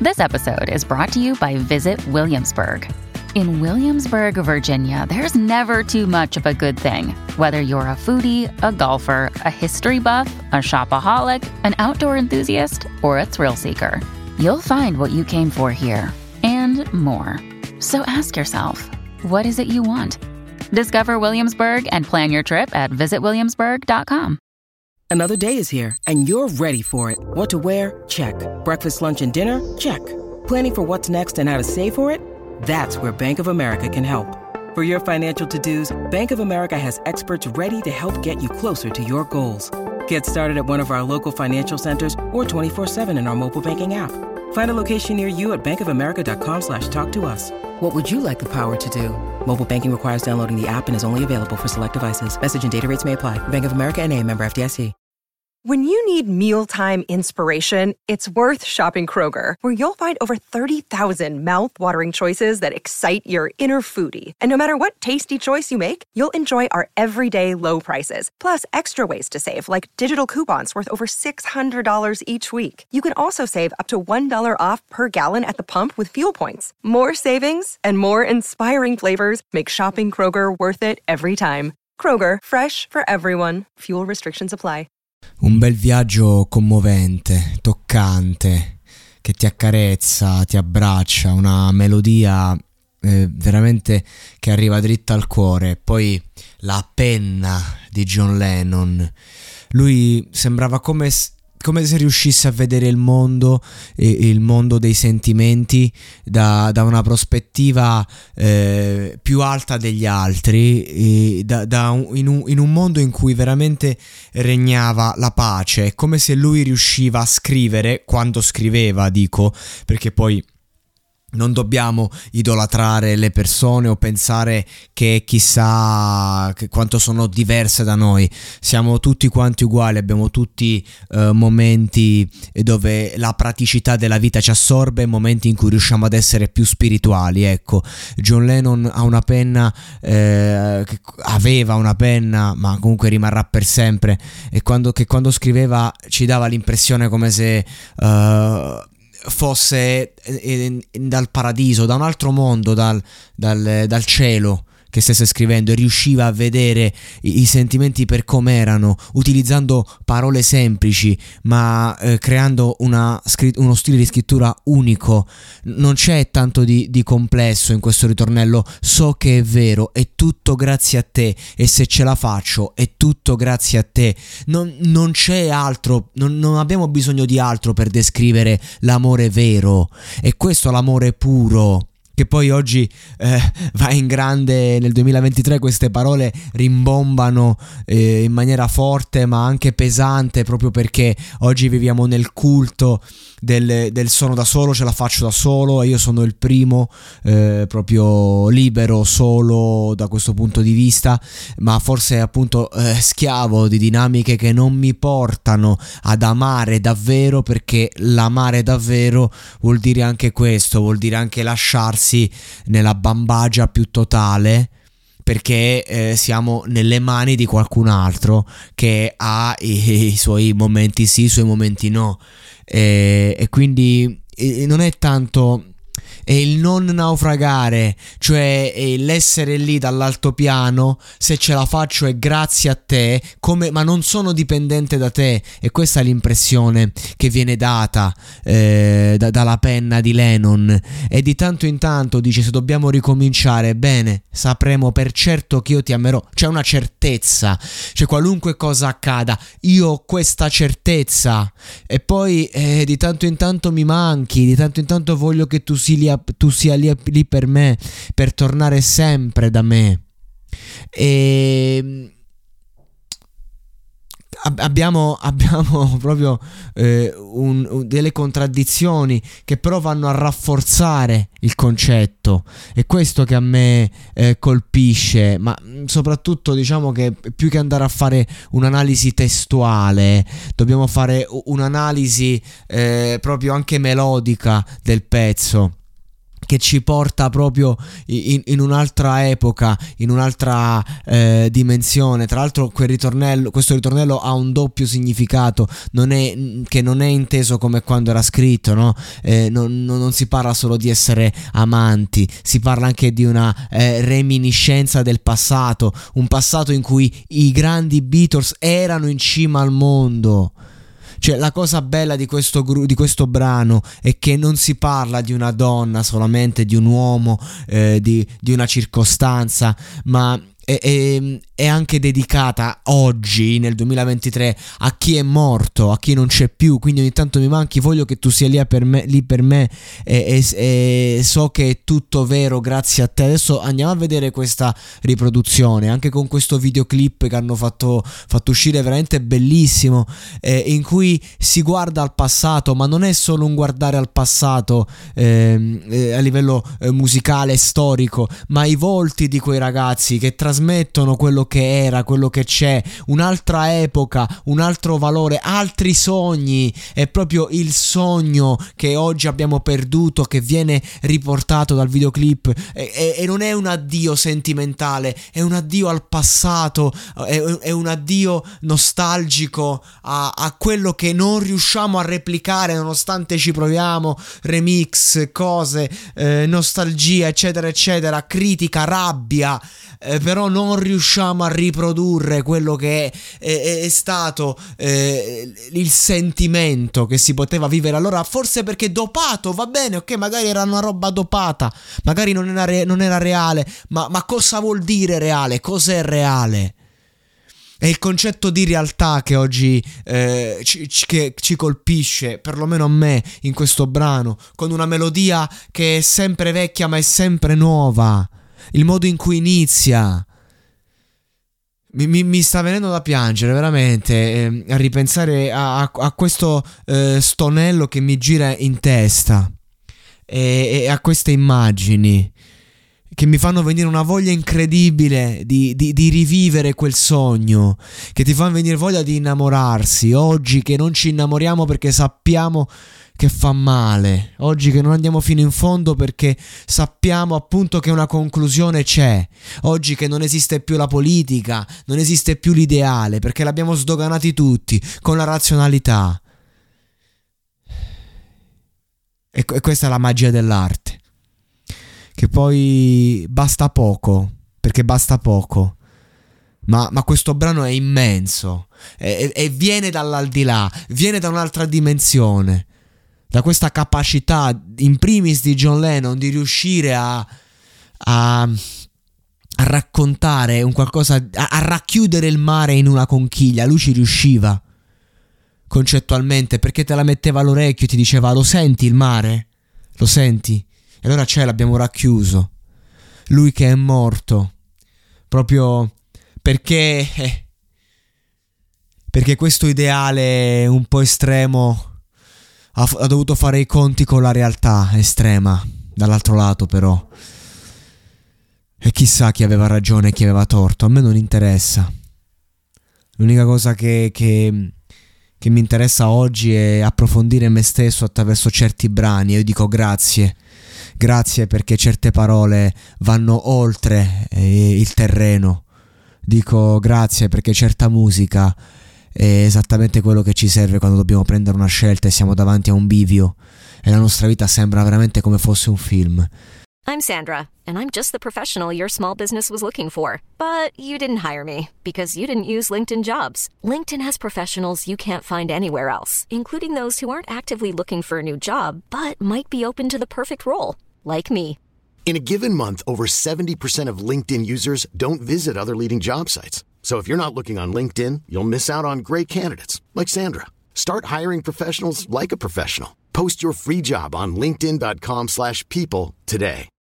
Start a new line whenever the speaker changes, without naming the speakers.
This episode is brought to you by Visit Williamsburg. In Williamsburg, Virginia, there's never too much of a good thing. Whether you're a foodie, a golfer, a history buff, a shopaholic, an outdoor enthusiast, or a thrill seeker, you'll find what you came for here and more. So ask yourself, what is it you want? Discover Williamsburg and plan your trip at visitwilliamsburg.com.
Another day is here, and you're ready for it. What to wear? Check. Breakfast, lunch, and dinner? Check. Planning for what's next and how to save for it? That's where Bank of America can help. For your financial to-dos, Bank of America has experts ready to help get you closer to your goals. Get started at one of our local financial centers or 24/7 in our mobile banking app. Find a location near you at bankofamerica.com/talktous. What would you like the power to do? Mobile banking requires downloading the app and is only available for select devices. Message and data rates may apply. Bank of America N.A., member FDIC.
When you need mealtime inspiration, it's worth shopping Kroger, where you'll find over 30,000 mouth-watering choices that excite your inner foodie. And no matter what tasty choice you make, you'll enjoy our everyday low prices, plus extra ways to save, like digital coupons worth over $600 each week. You can also save up to $1 off per gallon at the pump with fuel points. More savings and more inspiring flavors make shopping Kroger worth it every time. Kroger, fresh for everyone. Fuel restrictions apply.
Un bel viaggio commovente, toccante, che ti accarezza, ti abbraccia, una melodia veramente che arriva dritta al cuore. Poi la penna di John Lennon, lui sembrava come se riuscisse a vedere il mondo dei sentimenti da una prospettiva più alta degli altri, in un mondo in cui veramente regnava la pace. È come se lui riusciva a scrivere, quando scriveva, dico, perché poi non dobbiamo idolatrare le persone o pensare che chissà quanto sono diverse da noi. Siamo tutti quanti uguali, abbiamo tutti momenti dove la praticità della vita ci assorbe, momenti in cui riusciamo ad essere più spirituali. Ecco, John Lennon ha una penna, aveva una penna, ma comunque rimarrà per sempre, e quando scriveva ci dava l'impressione come se fosse dal paradiso, da un altro mondo, dal cielo, che stesse scrivendo, e riusciva a vedere i sentimenti per com'erano, utilizzando parole semplici ma creando uno stile di scrittura unico. Non c'è tanto di complesso in questo ritornello. So che è vero, è tutto grazie a te, e se ce la faccio è tutto grazie a te. Non c'è altro, non abbiamo bisogno di altro per descrivere l'amore vero. È questo l'amore puro, che poi oggi va in grande nel 2023. Queste parole rimbombano in maniera forte ma anche pesante, proprio perché oggi viviamo nel culto del sono da solo, ce la faccio da solo, e io sono il primo proprio libero, solo da questo punto di vista, ma forse appunto schiavo di dinamiche che non mi portano ad amare davvero, perché l'amare davvero vuol dire anche questo, vuol dire anche lasciarsi nella bambagia più totale, perché siamo nelle mani di qualcun altro che ha i suoi momenti sì, i suoi momenti no, e quindi non è tanto il non naufragare, cioè l'essere lì dall'altopiano. Se ce la faccio è grazie a te, ma non sono dipendente da te. E questa è l'impressione che viene data dalla penna di Lennon. E di tanto in tanto dice: se dobbiamo ricominciare, bene, sapremo per certo che io ti amerò. C'è una certezza, cioè qualunque cosa accada io ho questa certezza. E poi di tanto in tanto mi manchi, di tanto in tanto voglio che tu sia lì per me, per tornare sempre da me. E abbiamo proprio delle contraddizioni che però vanno a rafforzare il concetto. È questo che a me colpisce, ma soprattutto diciamo che più che andare a fare un'analisi testuale, dobbiamo fare un'analisi proprio anche melodica del pezzo. che ci porta proprio in un'altra epoca, in un'altra dimensione. Tra l'altro questo ritornello ha un doppio significato, non è inteso come quando era scritto, no? Non si parla solo di essere amanti, si parla anche di una reminiscenza del passato, un passato in cui i grandi Beatles erano in cima al mondo. Cioè, la cosa bella di questo brano è che non si parla di una donna solamente, di un uomo, di una circostanza, ma è anche dedicata oggi, nel 2023, a chi è morto, a chi non c'è più. Quindi ogni tanto mi manchi, voglio che tu sia lì per me e so che è tutto vero grazie a te. Adesso andiamo a vedere questa riproduzione, anche con questo videoclip che hanno fatto uscire, veramente bellissimo, in cui si guarda al passato, ma non è solo un guardare al passato a livello musicale e storico, ma i volti di quei ragazzi che trasmettono quello che era, quello che c'è, un'altra epoca, un altro valore, altri sogni. È proprio il sogno che oggi abbiamo perduto che viene riportato dal videoclip, e non è un addio sentimentale, è un addio al passato, è un addio nostalgico a quello che non riusciamo a replicare nonostante ci proviamo, remix, cose, nostalgia, eccetera eccetera, critica, rabbia, però non riusciamo a riprodurre quello che è stato il sentimento che si poteva vivere allora, forse perché dopato, va bene, ok, magari era una roba dopata, magari non era reale, ma cosa vuol dire reale? Cos'è reale? È il concetto di realtà che oggi ci colpisce, perlomeno a me, in questo brano, con una melodia che è sempre vecchia ma è sempre nuova. Il modo in cui inizia mi sta venendo da piangere veramente, a ripensare a questo stonello che mi gira in testa, e a queste immagini che mi fanno venire una voglia incredibile di rivivere quel sogno, che ti fanno venire voglia di innamorarsi. Oggi che non ci innamoriamo perché sappiamo che fa male, oggi che non andiamo fino in fondo perché sappiamo appunto che una conclusione c'è, oggi che non esiste più la politica, non esiste più l'ideale, perché l'abbiamo sdoganati tutti con la razionalità. E questa è la magia dell'arte, che poi basta poco, perché basta poco, ma questo brano è immenso e viene dall'aldilà, viene da un'altra dimensione, da questa capacità in primis di John Lennon di riuscire a raccontare un qualcosa, a racchiudere il mare in una conchiglia. Lui ci riusciva concettualmente, perché te la metteva all'orecchio e ti diceva: lo senti il mare? Lo senti? E allora l'abbiamo racchiuso. Lui che è morto proprio perché questo ideale un po' estremo ha dovuto fare i conti con la realtà estrema dall'altro lato, però. E chissà chi aveva ragione e chi aveva torto, a me non interessa. L'unica cosa che mi interessa oggi è approfondire me stesso attraverso certi brani, e io dico grazie perché certe parole vanno oltre il terreno. Dico grazie perché certa musica è esattamente quello che ci serve quando dobbiamo prendere una scelta e siamo davanti a un bivio e la nostra vita sembra veramente come fosse un film.
I'm Sandra, and I'm just the professional your small business was looking for. But you didn't hire me because you didn't use LinkedIn Jobs. LinkedIn has professionals you can't find anywhere else, including those who aren't actively looking for a new job, but might be open to the perfect role, like me.
In a given month, over 70% of LinkedIn users don't visit other leading job sites. So if you're not looking on LinkedIn, you'll miss out on great candidates like Sandra. Start hiring professionals like a professional. Post your free job on linkedin.com/people today.